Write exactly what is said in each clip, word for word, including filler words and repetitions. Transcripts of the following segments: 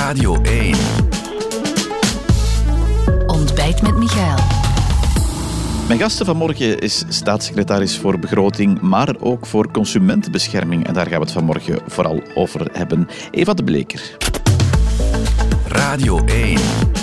Radio één. Ontbijt met Michael. Mijn gasten vanmorgen is staatssecretaris voor begroting, maar ook voor consumentenbescherming. En daar gaan we het vanmorgen vooral over hebben. Eva de Bleker. Radio één.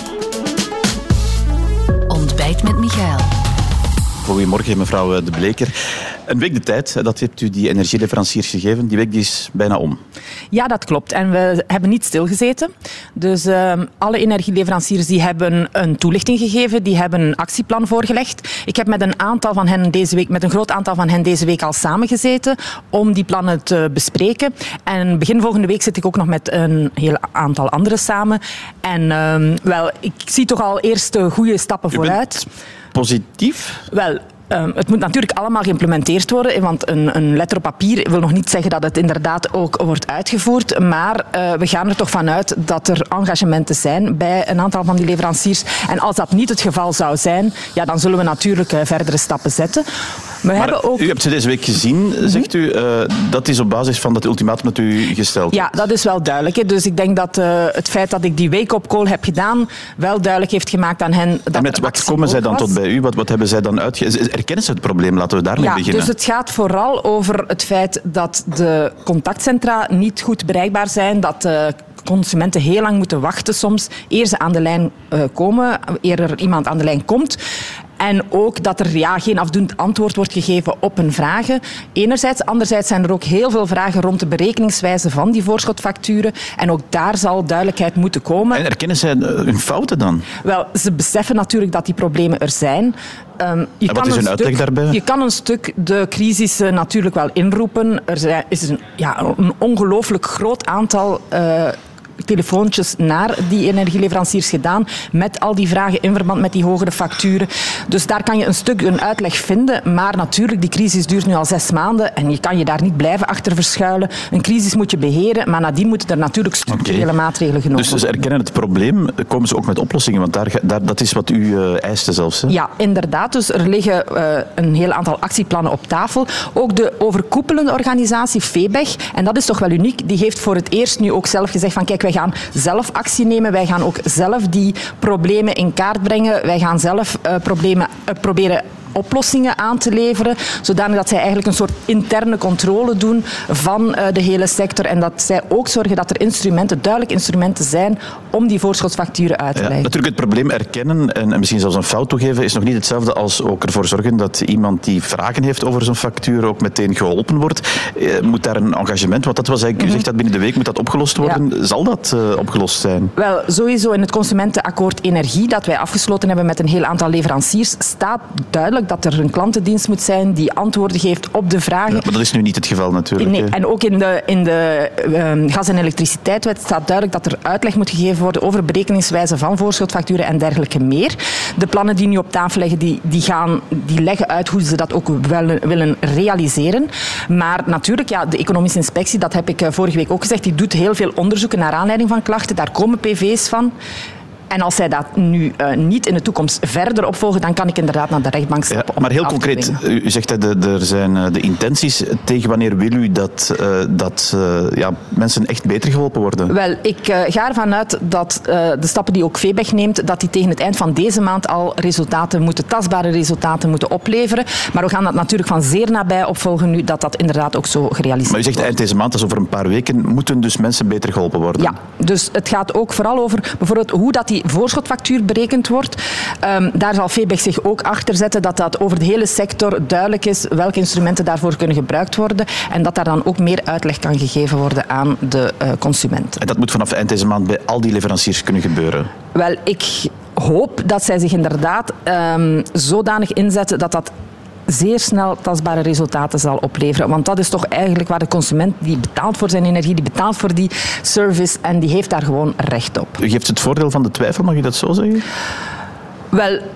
Ontbijt met Michael. Goedemorgen, mevrouw de Bleker. Een week de tijd, dat hebt u die energieleveranciers gegeven. Die week die is bijna om. Ja, dat klopt. En we hebben niet stilgezeten. Dus uh, alle energieleveranciers die hebben een toelichting gegeven, die hebben een actieplan voorgelegd. Ik heb met een aantal van hen deze week, met een groot aantal van hen deze week al samengezeten om die plannen te bespreken. En begin volgende week zit ik ook nog met een heel aantal anderen samen. En uh, wel, ik zie toch al eerste goede stappen vooruit. Positief? Wel, Um, het moet natuurlijk allemaal geïmplementeerd worden, want een, een letter op papier wil nog niet zeggen dat het inderdaad ook wordt uitgevoerd. Maar uh, we gaan er toch vanuit dat er engagementen zijn bij een aantal van die leveranciers. En als dat niet het geval zou zijn, ja, dan zullen we natuurlijk uh, verdere stappen zetten. We maar hebben ook... U hebt ze deze week gezien, zegt u. Uh, dat is op basis van dat ultimatum dat u gesteld Ja, hebt. dat is wel duidelijk. Hè. Dus ik denk dat uh, het feit dat ik die wake-up call heb gedaan, wel duidelijk heeft gemaakt aan hen dat en met er wat komen zij dan was. tot bij u? Wat, wat hebben zij dan uitge... Erkennen ze het probleem? Laten we daarmee ja, beginnen. Dus het gaat vooral over het feit dat de contactcentra niet goed bereikbaar zijn, dat uh, consumenten heel lang moeten wachten soms, eer ze aan de lijn uh, komen, eer er iemand aan de lijn komt. En ook dat er ja, geen afdoend antwoord wordt gegeven op hun vragen. Enerzijds. Anderzijds zijn er ook heel veel vragen rond de berekeningswijze van die voorschotfacturen. En ook daar zal duidelijkheid moeten komen. En erkennen zij hun fouten dan? Wel, ze beseffen natuurlijk dat die problemen er zijn. Um, je en wat kan is hun uitleg stuk, daarbij? Je kan een stuk de crisis uh, natuurlijk wel inroepen. Er zijn, is een, ja, een ongelooflijk groot aantal... Uh, telefoontjes naar die energieleveranciers gedaan met al die vragen in verband met die hogere facturen. Dus daar kan je een stuk een uitleg vinden, maar natuurlijk, die crisis duurt nu al zes maanden en je kan je daar niet blijven achter verschuilen. Een crisis moet je beheren, maar nadien moeten er natuurlijk structurele okay. maatregelen genomen worden. Dus ze erkennen het probleem, komen ze ook met oplossingen, want daar, daar, dat is wat u uh, eiste zelfs. Hè? Ja, inderdaad. Dus er liggen uh, een heel aantal actieplannen op tafel. Ook de overkoepelende organisatie V E B E G, en dat is toch wel uniek, die heeft voor het eerst nu ook zelf gezegd van kijk, wij gaan zelf actie nemen. Wij gaan ook zelf die problemen in kaart brengen. Wij gaan zelf uh, problemen uh, proberen oplossingen aan te leveren, zodanig dat zij eigenlijk een soort interne controle doen van uh, de hele sector en dat zij ook zorgen dat er instrumenten, duidelijk instrumenten zijn om die voorschotfacturen uit te leggen. Ja, natuurlijk het probleem erkennen en, en misschien zelfs een fout toegeven is nog niet hetzelfde als ook ervoor zorgen dat iemand die vragen heeft over zo'n factuur ook meteen geholpen wordt. Uh, moet daar een engagement, want dat was eigenlijk, u zegt dat binnen de week moet dat opgelost worden. Ja. Zal dat uh, opgelost zijn? Wel, sowieso in het Consumentenakkoord Energie dat wij afgesloten hebben met een heel aantal leveranciers staat duidelijk dat er een klantendienst moet zijn die antwoorden geeft op de vragen. Ja, maar dat is nu niet het geval natuurlijk. Nee, en ook in de, in de uh, gas- en elektriciteitswet staat duidelijk dat er uitleg moet gegeven worden over berekeningswijze van voorschotfacturen en dergelijke meer. De plannen die nu op tafel liggen, die, die, gaan, die leggen uit hoe ze dat ook wel willen realiseren. Maar natuurlijk, ja, de economische inspectie, dat heb ik uh, vorige week ook gezegd, die doet heel veel onderzoeken naar aanleiding van klachten. Daar komen P V's van. En als zij dat nu uh, niet in de toekomst verder opvolgen, dan kan ik inderdaad naar de rechtbank stappen. Ja, maar heel concreet, u zegt dat er zijn de intenties. Tegen wanneer wil u dat, uh, dat uh, ja, mensen echt beter geholpen worden? Wel, ik uh, ga ervan uit dat uh, de stappen die ook V E B E G neemt, dat die tegen het eind van deze maand al resultaten moeten, tastbare resultaten moeten opleveren. Maar we gaan dat natuurlijk van zeer nabij opvolgen nu, dat dat inderdaad ook zo gerealiseerd wordt. Maar u zegt eind deze maand, dat is over een paar weken, moeten dus mensen beter geholpen worden? Ja, dus het gaat ook vooral over bijvoorbeeld hoe dat die voorschotfactuur berekend wordt. Um, daar zal V E B E G zich ook achter zetten dat dat over de hele sector duidelijk is welke instrumenten daarvoor kunnen gebruikt worden en dat daar dan ook meer uitleg kan gegeven worden aan de uh, consument. En dat moet vanaf eind deze maand bij al die leveranciers kunnen gebeuren? Wel, ik hoop dat zij zich inderdaad um, zodanig inzetten dat dat zeer snel tastbare resultaten zal opleveren. Want dat is toch eigenlijk waar de consument, die betaalt voor zijn energie, die betaalt voor die service en die heeft daar gewoon recht op. U geeft het voordeel van de twijfel, mag je dat zo zeggen? Wel,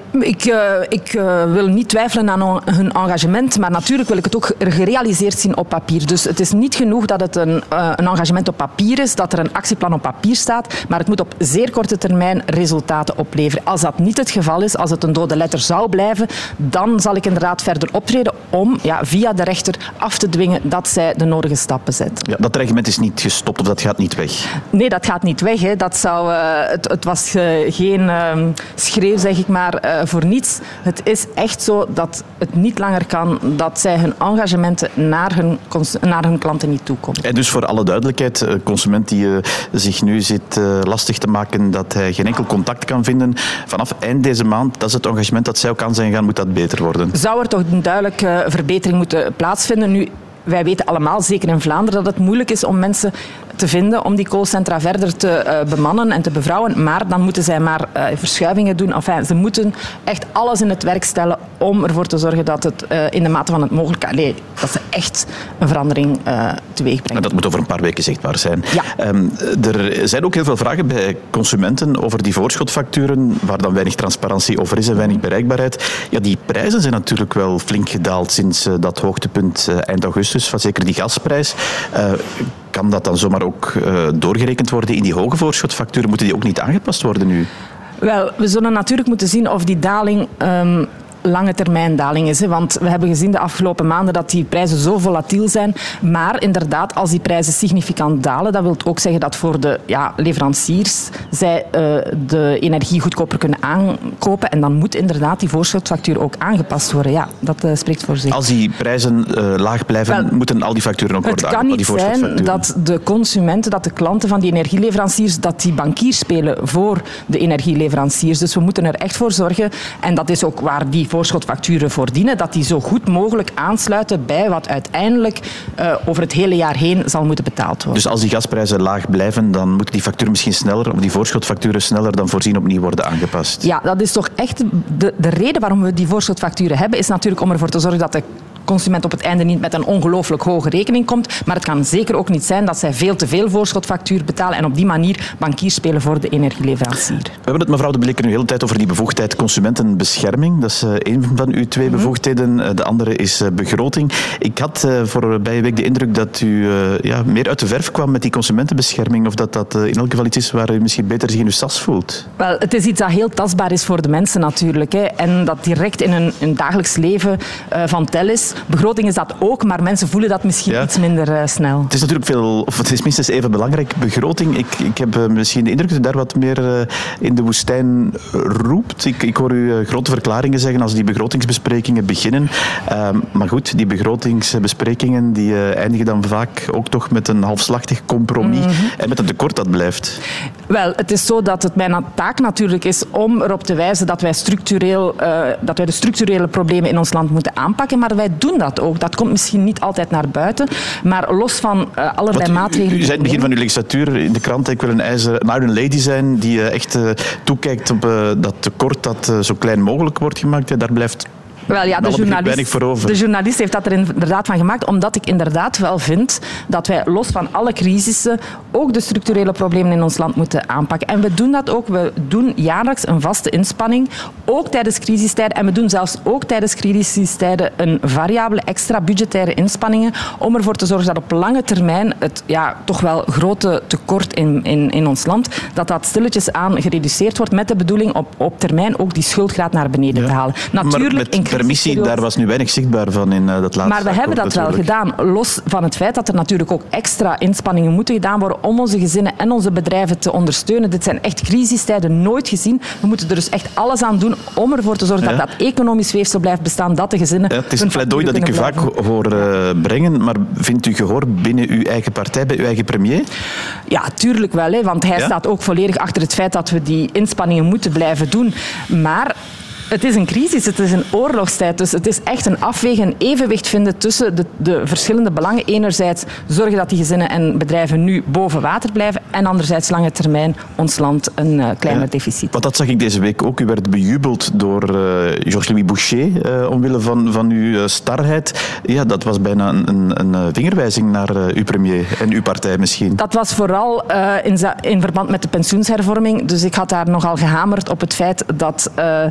Ik, uh, ik uh, wil niet twijfelen aan on- hun engagement, maar natuurlijk wil ik het ook gerealiseerd zien op papier. Dus het is niet genoeg dat het een, uh, een engagement op papier is, dat er een actieplan op papier staat, maar het moet op zeer korte termijn resultaten opleveren. Als dat niet het geval is, als het een dode letter zou blijven, dan zal ik inderdaad verder optreden om ja, via de rechter af te dwingen dat zij de nodige stappen zetten. Ja, dat dreigement is niet gestopt of dat gaat niet weg? Nee, dat gaat niet weg. Hè. Dat zou, uh, het, het was uh, geen uh, schreeuw, zeg ik maar, uh, voor niets. Het is echt zo dat het niet langer kan dat zij hun engagementen naar hun, cons- naar hun klanten niet toekomen. En dus voor alle duidelijkheid, een consument die uh, zich nu zit uh, lastig te maken dat hij geen enkel contact kan vinden, vanaf eind deze maand, dat is het engagement dat zij ook aan zijn gaan, moet dat beter worden? Zou er toch een duidelijke verbetering moeten plaatsvinden? Nu, wij weten allemaal, zeker in Vlaanderen, dat het moeilijk is om mensen te vinden om die callcentra verder te uh, bemannen en te bevrouwen. Maar dan moeten zij maar uh, verschuivingen doen. Enfin, ze moeten echt alles in het werk stellen om ervoor te zorgen dat het uh, in de mate van het mogelijke... Allee, dat ze echt een verandering uh, teweeg brengen. En dat moet over een paar weken zichtbaar zijn. Ja. Um, er zijn ook heel veel vragen bij consumenten over die voorschotfacturen, waar dan weinig transparantie over is en weinig bereikbaarheid. Ja, die prijzen zijn natuurlijk wel flink gedaald sinds uh, dat hoogtepunt uh, eind augustus, van zeker die gasprijs. Uh, kan dat dan zomaar ook uh, doorgerekend worden in die hoge voorschotfacturen? Moeten die ook niet aangepast worden nu? Wel, we zullen natuurlijk moeten zien of die daling... Um lange termijn daling is. Hè? Want we hebben gezien de afgelopen maanden dat die prijzen zo volatiel zijn. Maar inderdaad, als die prijzen significant dalen, dat wil ook zeggen dat voor de ja, leveranciers zij uh, de energie goedkoper kunnen aankopen. En dan moet inderdaad die voorschotfactuur ook aangepast worden. Ja, dat uh, spreekt voor zich. Als die prijzen uh, laag blijven, Wel, moeten al die facturen ook worden aangepast. Het kan aangepast. niet zijn dat de consumenten, dat de klanten van die energieleveranciers, dat die bankiers spelen voor de energieleveranciers. Dus we moeten er echt voor zorgen, en dat is ook waar die voorschotfacturen voor dienen, dat die zo goed mogelijk aansluiten bij wat uiteindelijk uh, over het hele jaar heen zal moeten betaald worden. Dus als die gasprijzen laag blijven, dan moeten die facturen misschien sneller, of die voorschotfacturen sneller dan voorzien opnieuw worden aangepast? Ja, dat is toch echt de, de reden waarom we die voorschotfacturen hebben, is natuurlijk om ervoor te zorgen dat de consument op het einde niet met een ongelooflijk hoge rekening komt. Maar het kan zeker ook niet zijn dat zij veel te veel voorschotfactuur betalen en op die manier bankiers spelen voor de energieleverancier. We hebben het, mevrouw De Bleker, nu de hele tijd over die bevoegdheid consumentenbescherming. Dat is uh, een van uw twee mm-hmm. bevoegdheden. De andere is uh, begroting. Ik had uh, voorbije week de indruk dat u uh, ja, meer uit de verf kwam met die consumentenbescherming. Of dat dat uh, in elk geval iets is waar u misschien beter zich in uw sas voelt. Wel, het is iets dat heel tastbaar is voor de mensen natuurlijk. Hè. En dat direct in hun, hun dagelijks leven uh, van tel is. Begroting is dat ook, maar mensen voelen dat misschien ja. iets minder uh, snel. Het is natuurlijk veel, of het is minstens even belangrijk, begroting. Ik, ik heb uh, misschien de indruk dat u daar wat meer uh, in de woestijn roept. Ik, ik hoor u uh, grote verklaringen zeggen als die begrotingsbesprekingen beginnen. Uh, maar goed, die begrotingsbesprekingen die uh, eindigen dan vaak ook toch met een halfslachtig compromis mm-hmm. en met een tekort dat blijft. Wel, het is zo dat het mijn taak natuurlijk is om erop te wijzen dat wij, structureel, uh, dat wij de structurele problemen in ons land moeten aanpakken, maar wij doen dat ook. Dat komt misschien niet altijd naar buiten, maar los van uh, allerlei Wat, maatregelen... U, u zei in het begin van uw legislatuur in de krant, ik wil een, ijzer, een iron lady zijn die uh, echt uh, toekijkt op uh, dat tekort dat uh, zo klein mogelijk wordt gemaakt. Ja, daar blijft... Wel ja, de journalist, de journalist heeft dat er inderdaad van gemaakt, omdat ik inderdaad wel vind dat wij los van alle crisissen ook de structurele problemen in ons land moeten aanpakken. En we doen dat ook. We doen jaarlijks een vaste inspanning, ook tijdens crisistijden. En we doen zelfs ook tijdens crisistijden een variabele extra budgettaire inspanningen om ervoor te zorgen dat op lange termijn het ja, toch wel grote tekort in, in, in ons land, dat dat stilletjes aan gereduceerd wordt met de bedoeling op, op termijn ook die schuldgraad naar beneden ja. te halen. Natuurlijk in permissie, daar was nu weinig zichtbaar van in uh, dat laatste Maar we hebben dat wel gedaan, los van het feit dat er natuurlijk ook extra inspanningen moeten gedaan worden om onze gezinnen en onze bedrijven te ondersteunen. Dit zijn echt crisistijden, nooit gezien. We moeten er dus echt alles aan doen om ervoor te zorgen ja. dat dat economisch weefsel blijft bestaan, dat de gezinnen... Ja, het is een pleidooi dat ik u vaak hoor uh, brengen, maar vindt u gehoor binnen uw eigen partij, bij uw eigen premier? Ja, tuurlijk wel, hè, want hij ja? staat ook volledig achter het feit dat we die inspanningen moeten blijven doen. Maar... Het is een crisis, het is een oorlogstijd, dus het is echt een afwegen, een evenwicht vinden tussen de, de verschillende belangen. Enerzijds zorgen dat die gezinnen en bedrijven nu boven water blijven en anderzijds lange termijn ons land een uh, kleiner ja, deficit. Want dat zag ik deze week ook. U werd bejubeld door uh, Georges-Louis Boucher uh, omwille van, van uw uh, starheid. Ja, dat was bijna een, een, een vingerwijzing naar uh, uw premier en uw partij misschien. Dat was vooral uh, in, za- in verband met de pensioenshervorming. Dus ik had daar nogal gehamerd op het feit dat uh, de hervorming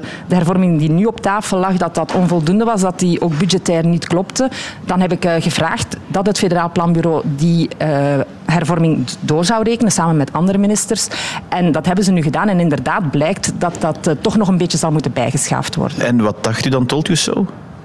hervorming die nu op tafel lag, dat dat onvoldoende was, dat die ook budgetair niet klopte. Dan heb ik uh, gevraagd dat het Federaal Planbureau die uh, hervorming door zou rekenen, samen met andere ministers. En dat hebben ze nu gedaan. En inderdaad blijkt dat dat uh, toch nog een beetje zal moeten bijgeschaafd worden. En wat dacht u dan, told you so?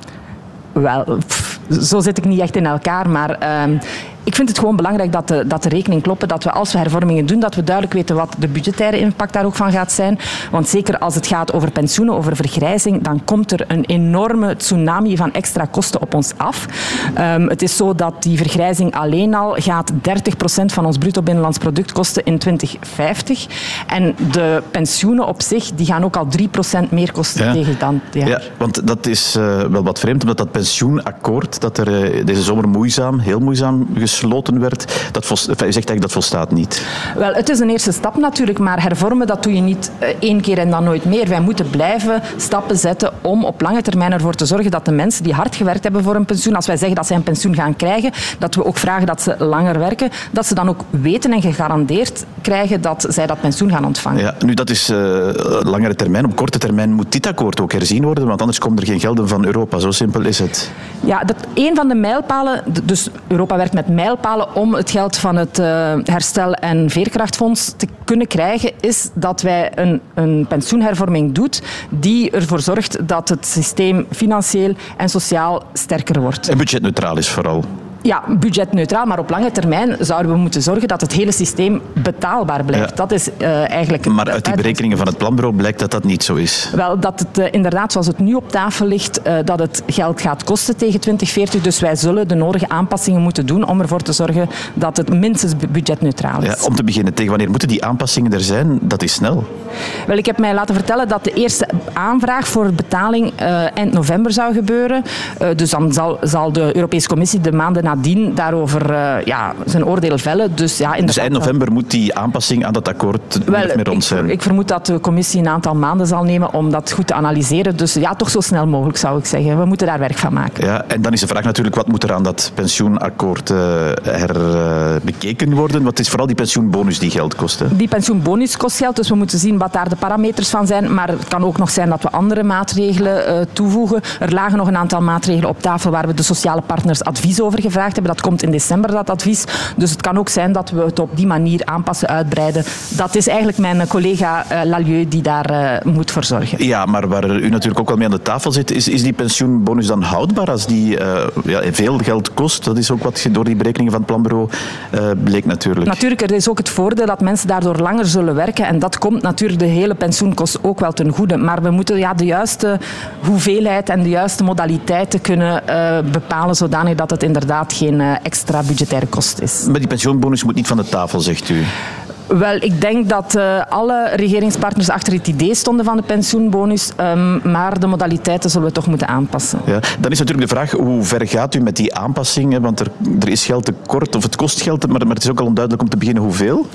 Wel, pff, zo zit ik niet echt in elkaar, maar uh, ik vind het gewoon belangrijk dat de, dat de rekening kloppen, dat we als we hervormingen doen, dat we duidelijk weten wat de budgettaire impact daar ook van gaat zijn. Want zeker als het gaat over pensioenen, over vergrijzing, dan komt er een enorme tsunami van extra kosten op ons af. Um, het is zo dat die vergrijzing alleen al gaat dertig procent van ons bruto binnenlands product kosten in twintig vijftig. En de pensioenen op zich, die gaan ook al drie procent meer kosten ja. tegen dan. Ja. ja, want dat is uh, wel wat vreemd, omdat dat pensioenakkoord dat er uh, deze zomer moeizaam, heel moeizaam gesloten werd, dat volst, u zegt eigenlijk dat volstaat niet. Wel, het is een eerste stap natuurlijk, maar hervormen dat doe je niet uh, één keer en dan nooit meer. Wij moeten blijven stappen zetten om op lange termijn ervoor te zorgen dat de mensen die hard gewerkt hebben voor een pensioen, als wij zeggen dat zij een pensioen gaan krijgen, dat we ook vragen dat ze langer werken, dat ze dan ook weten en gegarandeerd krijgen dat zij dat pensioen gaan ontvangen. Ja, nu dat is uh, langere termijn. Op korte termijn moet dit akkoord ook herzien worden, want anders komen er geen gelden van Europa. Zo simpel is het. Ja, dat een van de mijlpalen, dus Europa werkt met mijlpalen om het geld van het uh, herstel- en veerkrachtfonds te kunnen krijgen, is dat wij een, een pensioenhervorming doen die ervoor zorgt dat het systeem financieel en sociaal sterker wordt. En budgetneutraal is vooral. Ja, budgetneutraal, maar op lange termijn zouden we moeten zorgen dat het hele systeem betaalbaar blijft. Ja. Dat is uh, eigenlijk... Maar uit die berekeningen van het planbureau blijkt dat dat niet zo is. Wel, dat het uh, inderdaad, zoals het nu op tafel ligt, uh, dat het geld gaat kosten tegen twintig veertig. Dus wij zullen de nodige aanpassingen moeten doen om ervoor te zorgen dat het minstens budgetneutraal is. Ja, om te beginnen, tegen wanneer moeten die aanpassingen er zijn? Dat is snel. Wel, ik heb mij laten vertellen dat de eerste aanvraag voor betaling uh, eind november zou gebeuren. Uh, dus dan zal, zal de Europese Commissie de maanden nadien daarover uh, ja, zijn oordeel vellen. Dus, ja, dus eind november moet die aanpassing aan dat akkoord wel, niet meer rond zijn? Ik, ik vermoed dat de Commissie een aantal maanden zal nemen om dat goed te analyseren. Dus ja, toch zo snel mogelijk zou ik zeggen. We moeten daar werk van maken. Ja, en dan is de vraag natuurlijk, wat moet er aan dat pensioenakkoord uh, herbekeken uh, worden? Wat is vooral die pensioenbonus die geld kost? Hè? Die pensioenbonus kost geld, dus we moeten zien wat daar de parameters van zijn. Maar het kan ook nog zijn dat we andere maatregelen uh, toevoegen. Er lagen nog een aantal maatregelen op tafel waar we de sociale partners advies over gevraagd hebben. Dat komt in december, dat advies. Dus het kan ook zijn dat we het op die manier aanpassen, uitbreiden. Dat is eigenlijk mijn collega uh, Lalieu die daar uh, moet voor zorgen. Ja, maar waar u natuurlijk ook wel mee aan de tafel zit, is, is die pensioenbonus dan houdbaar als die uh, ja, veel geld kost? Dat is ook wat door die berekeningen van het planbureau uh, bleek natuurlijk. Natuurlijk, er is ook het voordeel dat mensen daardoor langer zullen werken en dat komt natuurlijk de hele pensioenkost ook wel ten goede. Maar we moeten ja, de juiste hoeveelheid en de juiste modaliteiten kunnen uh, bepalen zodanig dat het inderdaad geen uh, extra budgettaire kost is. Maar die pensioenbonus moet niet van de tafel, zegt u? Wel, ik denk dat uh, alle regeringspartners achter het idee stonden van de pensioenbonus, um, maar de modaliteiten zullen we toch moeten aanpassen. Ja, dan is natuurlijk de vraag, hoe ver gaat u met die aanpassingen? Want er, er is geld tekort, of het kost geld, maar, maar het is ook al onduidelijk om te beginnen hoeveel?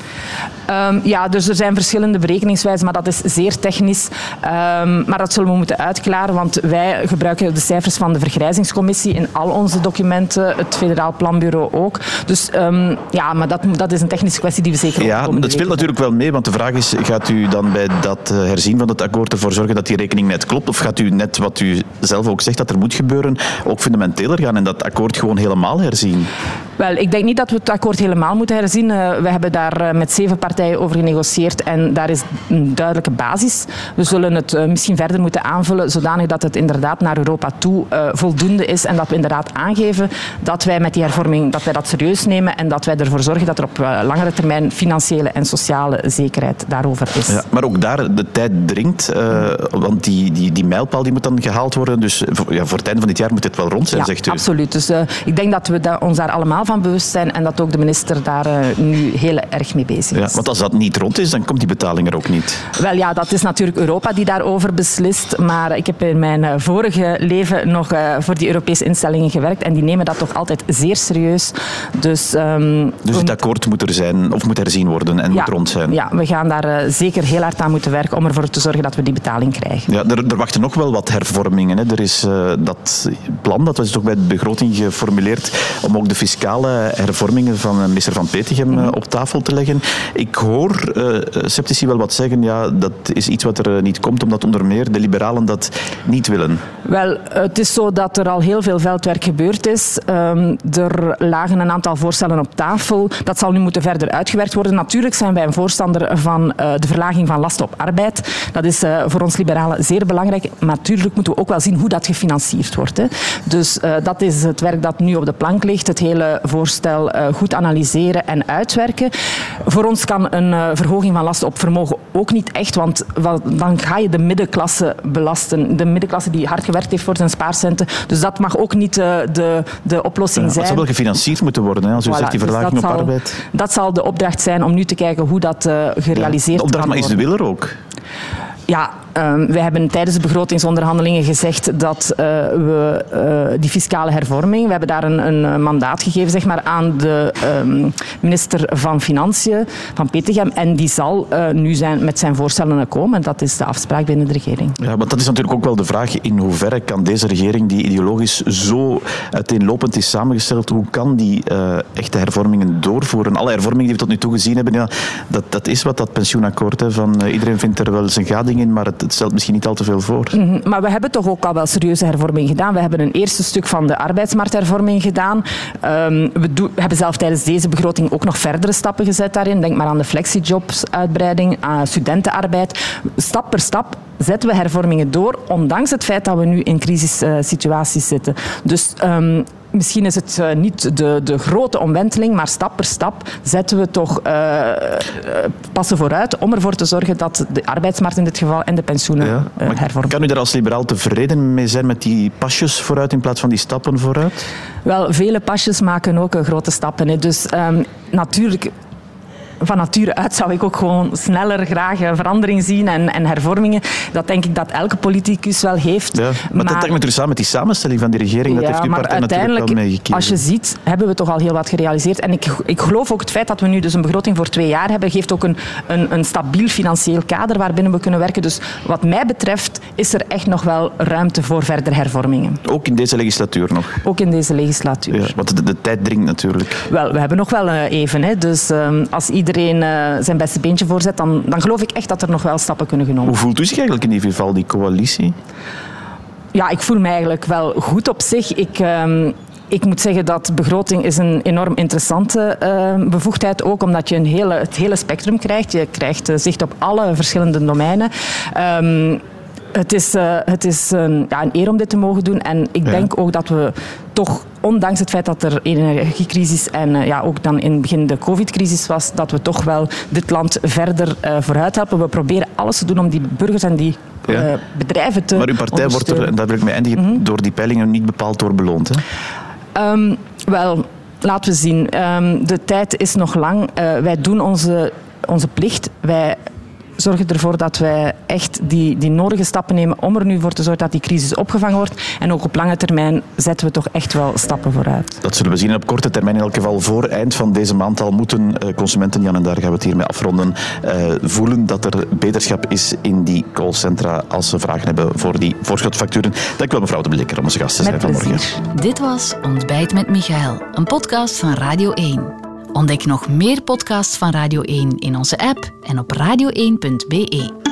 Um, ja, dus er zijn verschillende berekeningswijzen, maar dat is zeer technisch. Um, maar dat zullen we moeten uitklaren, want wij gebruiken de cijfers van de Vergrijzingscommissie in al onze documenten, het Federaal Planbureau ook. Dus um, ja, maar dat, dat is een technische kwestie die we zeker ja, ook dat speelt natuurlijk wel mee, want de vraag is, gaat u dan bij dat herzien van het akkoord ervoor zorgen dat die rekening net klopt? Of gaat u net wat u zelf ook zegt dat er moet gebeuren, ook fundamenteler gaan en dat akkoord gewoon helemaal herzien? Wel, ik denk niet dat we het akkoord helemaal moeten herzien. Uh, we hebben daar uh, met zeven partijen over genegocieerd en daar is een duidelijke basis. We zullen het uh, misschien verder moeten aanvullen zodanig dat het inderdaad naar Europa toe uh, voldoende is en dat we inderdaad aangeven dat wij met die hervorming dat wij dat serieus nemen en dat wij ervoor zorgen dat er op uh, langere termijn financiële en sociale zekerheid daarover is. Ja, maar ook daar, de tijd dringt, uh, want die, die, die mijlpaal die moet dan gehaald worden. Dus ja, voor het einde van dit jaar moet dit wel rond zijn, ja, zegt u. Absoluut. Dus uh, ik denk dat we da- ons daar allemaal van bewust zijn en dat ook de minister daar uh, nu heel erg mee bezig is. Ja, want als dat niet rond is, dan komt die betaling er ook niet. Wel ja, dat is natuurlijk Europa die daarover beslist, maar ik heb in mijn uh, vorige leven nog uh, voor die Europese instellingen gewerkt en die nemen dat toch altijd zeer serieus. Dus, um, dus het akkoord moet er zijn, of moet herzien worden en ja, moet rond zijn. Ja, we gaan daar uh, zeker heel hard aan moeten werken om ervoor te zorgen dat we die betaling krijgen. Ja, er, er wachten nog wel wat hervormingen. Hè. Er is uh, dat plan, dat was toch bij de begroting geformuleerd, om ook de fiscale liberale hervormingen van minister Van Petegem mm-hmm. op tafel te leggen. Ik hoor uh, sceptici wel wat zeggen, ja, dat is iets wat er niet komt, omdat onder meer de liberalen dat niet willen. Wel, het is zo dat er al heel veel veldwerk gebeurd is. Um, er lagen een aantal voorstellen op tafel. Dat zal nu moeten verder uitgewerkt worden. Natuurlijk zijn wij een voorstander van uh, de verlaging van lasten op arbeid. Dat is uh, voor ons liberalen zeer belangrijk. Maar natuurlijk moeten we ook wel zien hoe dat gefinancierd wordt. Hè. Dus uh, dat is het werk dat nu op de plank ligt. Het hele voorstel uh, goed analyseren en uitwerken. Voor ons kan een uh, verhoging van lasten op vermogen ook niet echt, want wel, dan ga je de middenklasse belasten. De middenklasse die hard gewerkt heeft voor zijn spaarcenten. Dus dat mag ook niet uh, de, de oplossing ja, zijn. Het zal wel gefinancierd moeten worden, hè, als u voilà, zegt die verlaging dus op zal, arbeid. Dat zal de opdracht zijn om nu te kijken hoe dat uh, gerealiseerd ja, de opdracht, kan maar worden. is de wil er ook? Ja, um, wij hebben tijdens de begrotingsonderhandelingen gezegd dat uh, we uh, die fiscale hervorming, we hebben daar een, een mandaat gegeven zeg maar, aan de um, minister van Financiën, Van Petegem, en die zal uh, nu zijn, met zijn voorstellen komen. En dat is de afspraak binnen de regering. Ja, maar dat is natuurlijk ook wel de vraag, in hoeverre kan deze regering, die ideologisch zo uiteenlopend is samengesteld, hoe kan die uh, echte hervormingen doorvoeren? Alle hervormingen die we tot nu toe gezien hebben, ja, dat, dat is wat dat pensioenakkoord, hè, van uh, iedereen vindt er wel zijn gading in, maar het, het stelt misschien niet al te veel voor. Mm-hmm, maar we hebben toch ook al wel serieuze hervormingen gedaan. We hebben een eerste stuk van de arbeidsmarkthervorming gedaan. Um, we, do- we hebben zelf tijdens deze begroting ook nog verdere stappen gezet daarin. Denk maar aan de flexijobs-uitbreiding, aan studentenarbeid. Stap per stap zetten we hervormingen door, ondanks het feit dat we nu in crisissituaties zitten. Dus um, misschien is het uh, niet de, de grote omwenteling, maar stap per stap zetten we toch uh, uh, passen vooruit om ervoor te zorgen dat de arbeidsmarkt in dit geval en de pensioenen ja, uh, hervormen. Kan u daar als liberaal tevreden mee zijn met die pasjes vooruit in plaats van die stappen vooruit? Wel, vele pasjes maken ook uh, grote stappen. Hè. Dus um, natuurlijk... Van nature uit zou ik ook gewoon sneller graag verandering zien en, en hervormingen. Dat denk ik dat elke politicus wel heeft. Ja, maar, maar dat hangt natuurlijk samen met die samenstelling van die regering. Dat ja, heeft uw partij natuurlijk wel meegekregen. Als je ziet, hebben we toch al heel wat gerealiseerd. En ik, ik geloof ook het feit dat we nu dus een begroting voor twee jaar hebben, geeft ook een, een, een stabiel financieel kader waarbinnen we kunnen werken. Dus wat mij betreft is er echt nog wel ruimte voor verdere hervormingen. Ook in deze legislatuur nog? Ook in deze legislatuur. Ja, want de, de tijd dringt natuurlijk. Wel, we hebben nog wel uh, even. Hè. Dus um, als iedereen iedereen uh, zijn beste beentje voorzet, dan, dan geloof ik echt dat er nog wel stappen kunnen genomen worden. Hoe voelt u zich eigenlijk in ieder geval, die coalitie? Ja, ik voel me eigenlijk wel goed op zich. Ik... Um, Ik moet zeggen dat begroting is een enorm interessante uh, bevoegdheid ook, omdat je een hele, het hele spectrum krijgt. Je krijgt uh, zicht op alle verschillende domeinen. Um, het is, uh, het is een, ja, een eer om dit te mogen doen. En ik ja. denk ook dat we toch, ondanks het feit dat er een energiecrisis en uh, ja, ook dan in het begin de covid-crisis was, dat we toch wel dit land verder uh, vooruit helpen. We proberen alles te doen om die burgers en die uh, ja. bedrijven te Maar uw partij wordt er, en daar wil ik mee eindigen, mm-hmm. door die peilingen niet bepaald door beloond, hè? Um, wel, laten we zien. Um, de tijd is nog lang. Uh, wij doen onze, onze plicht. Wij zorgen ervoor dat wij echt die, die nodige stappen nemen om er nu voor te zorgen dat die crisis opgevangen wordt. En ook op lange termijn zetten we toch echt wel stappen vooruit. Dat zullen we zien. En op korte termijn, in elk geval voor eind van deze maand al, moeten consumenten, Jan, en daar gaan we het hiermee afronden, uh, voelen dat er beterschap is in die callcentra als ze vragen hebben voor die voorschotfacturen. Dank u wel, mevrouw De Bleker, om onze gast te zijn vanmorgen. Dit was Ontbijt met Michaël, een podcast van Radio één. Ontdek nog meer podcasts van Radio één in onze app en op radio één punt be.